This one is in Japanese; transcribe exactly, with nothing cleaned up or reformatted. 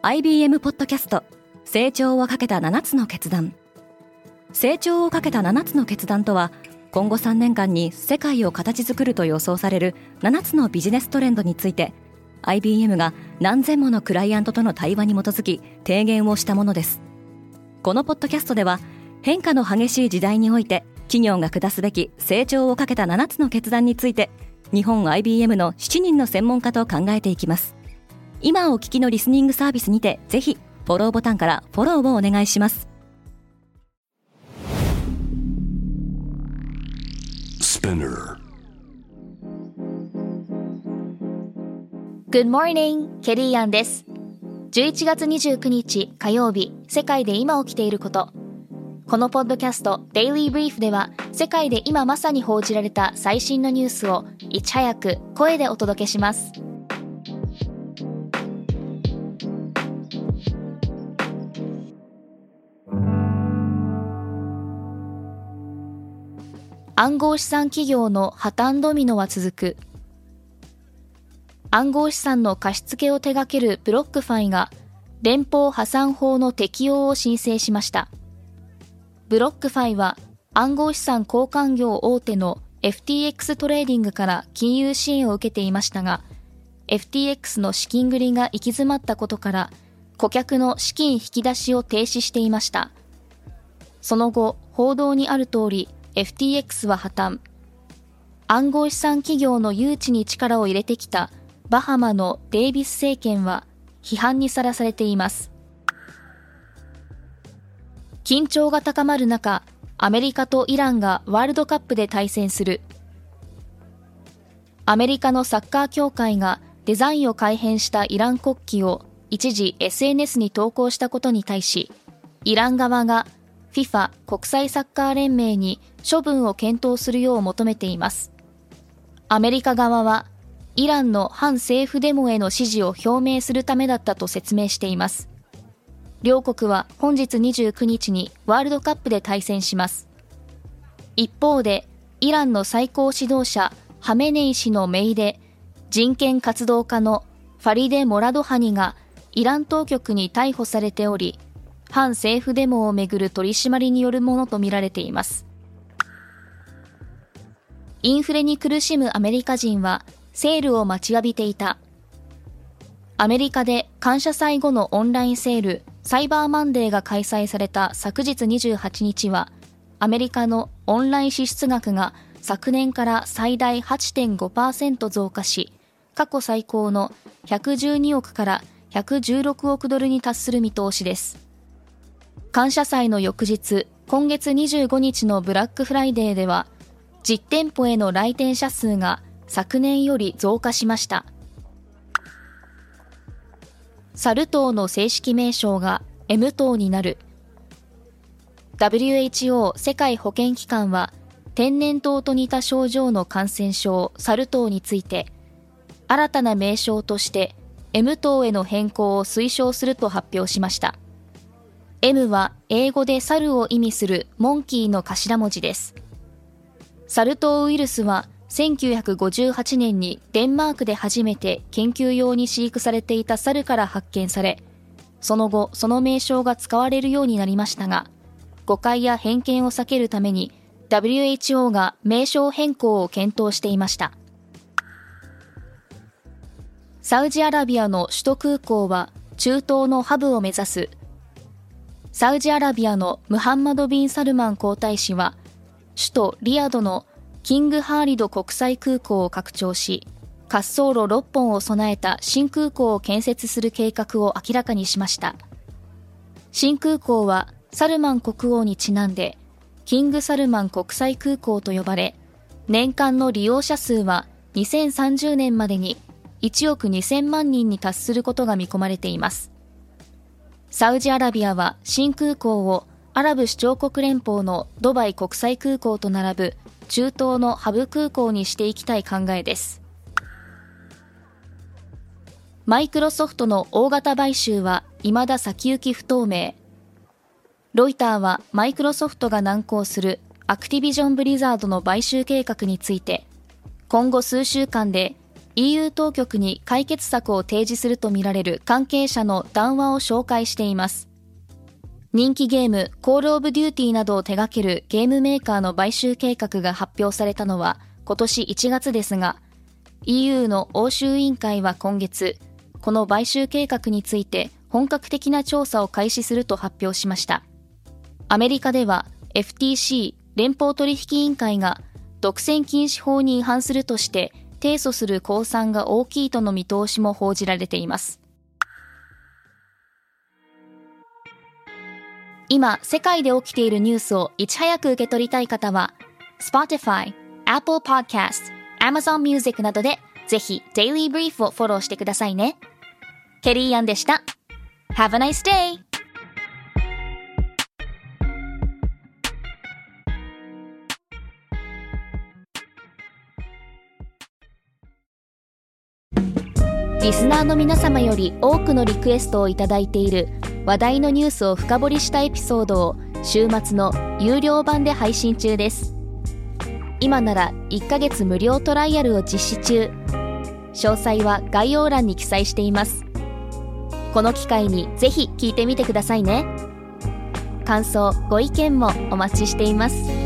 アイビーエム ポッドキャスト成長をかけたななつの決断。成長をかけたななつの決断とは、今後さんねんかんに世界を形作ると予想されるななつのビジネストレンドについて アイビーエム が何千ものクライアントとの対話に基づき提言をしたものです。このポッドキャストでは、変化の激しい時代において企業が下すべき成長をかけたななつの決断について、日本 アイビーエム のしちにんの専門家と考えていきます。今お聞きのリスニングサービスにて、ぜひフォローボタンからフォローをお願いします。 Good morning! ケリーアンです。じゅういちがつにじゅうくにち火曜日、世界で今起きていること。このポッドキャスト Daily Brief では、世界で今まさに報じられた最新のニュースをいち早く声でお届けします。暗号資産企業の破綻ドミノは続く。暗号資産の貸付を手掛けるブロックファイが連邦破産法の適用を申請しました。ブロックファイは暗号資産交換業大手の エフティーエックス トレーディングから金融支援を受けていましたが、 エフティーエックス の資金繰りが行き詰まったことから顧客の資金引き出しを停止していました。その後、報道にある通りエフティーエックス は破綻。暗号資産企業の誘致に力を入れてきたバハマのデイビス政権は批判にさらされています。緊張が高まる中、アメリカとイランがワールドカップで対戦する。アメリカのサッカー協会がデザインを改変したイラン国旗を一時 エスエヌエス に投稿したことに対し、イラン側がフィファ 国際サッカー連盟に処分を検討するよう求めています。アメリカ側は、イランの反政府デモへの支持を表明するためだったと説明しています。両国は本日にじゅうくにちにワールドカップで対戦します。一方で、イランの最高指導者ハメネイ師の姪で、人権活動家のファリデ・モラドハニがイラン当局に逮捕されており、反政府デモをめぐる取り締まりによるものとみられています。インフレに苦しむアメリカ人はセールを待ちわびていた。アメリカで感謝祭後のオンラインセール、サイバーマンデーが開催された昨日にじゅうはちにちは、アメリカのオンライン支出額が昨年から最大 はちてんごパーセント 増加し、過去最高のひゃくじゅうにおくからひゃくじゅうろくおくドルに達する見通しです。感謝祭の翌日、今月にじゅうごにちのブラックフライデーでは、実店舗への来店者数が昨年より増加しました。サル痘の正式名称が エム 痘になる。ダブリューエイチオー 世界保健機関は、天然痘と似た症状の感染症サル痘について、新たな名称として エム 痘への変更を推奨すると発表しました。M は英語で猿を意味するモンキーの頭文字です。サル痘ウイルスはせんきゅうひゃくごじゅうはちねんにデンマークで初めて研究用に飼育されていた猿から発見され、その後その名称が使われるようになりましたが、誤解や偏見を避けるために ダブリューエイチオー が名称変更を検討していました。サウジアラビアの首都空港は中東のハブを目指す。サウジアラビアのムハンマド・ビン・サルマン皇太子は、首都リヤドのキング・ハーリド国際空港を拡張し、滑走路ろっぽんを備えた新空港を建設する計画を明らかにしました。新空港はサルマン国王にちなんで、キング・サルマン国際空港と呼ばれ、年間の利用者数はにせんさんじゅうねんまでにいちおくにせんまんにんに達することが見込まれています。サウジアラビアは新空港をアラブ首長国連邦のドバイ国際空港と並ぶ中東のハブ空港にしていきたい考えです。マイクロソフトの大型買収は未だ先行き不透明。ロイターはマイクロソフトが難航するアクティビジョン・ブリザードの買収計画について、今後数週間でイーユー 当局に解決策を提示するとみられる関係者の談話を紹介しています。人気ゲームコールオブデューティーなどを手掛けるゲームメーカーの買収計画が発表されたのは今年いちがつですが、 イーユー の欧州委員会は今月、この買収計画について本格的な調査を開始すると発表しました。アメリカでは エフティーシー 連邦取引委員会が独占禁止法に違反するとして提訴する公算が大きいとの見通しも報じられています。今、世界で起きているニュースをいち早く受け取りたい方は、Spotify、Apple Podcast、Amazon Music などでぜひ Daily Brief をフォローしてくださいね。ケリーアンでした。Have a nice day! リスナーの皆様より多くのリクエストをいただいている話題のニュースを深掘りしたエピソードを週末の有料版で配信中です。今ならいっかげつ無料トライアルを実施中。詳細は概要欄に記載しています。この機会にぜひ聞いてみてくださいね。感想、ご意見もお待ちしています。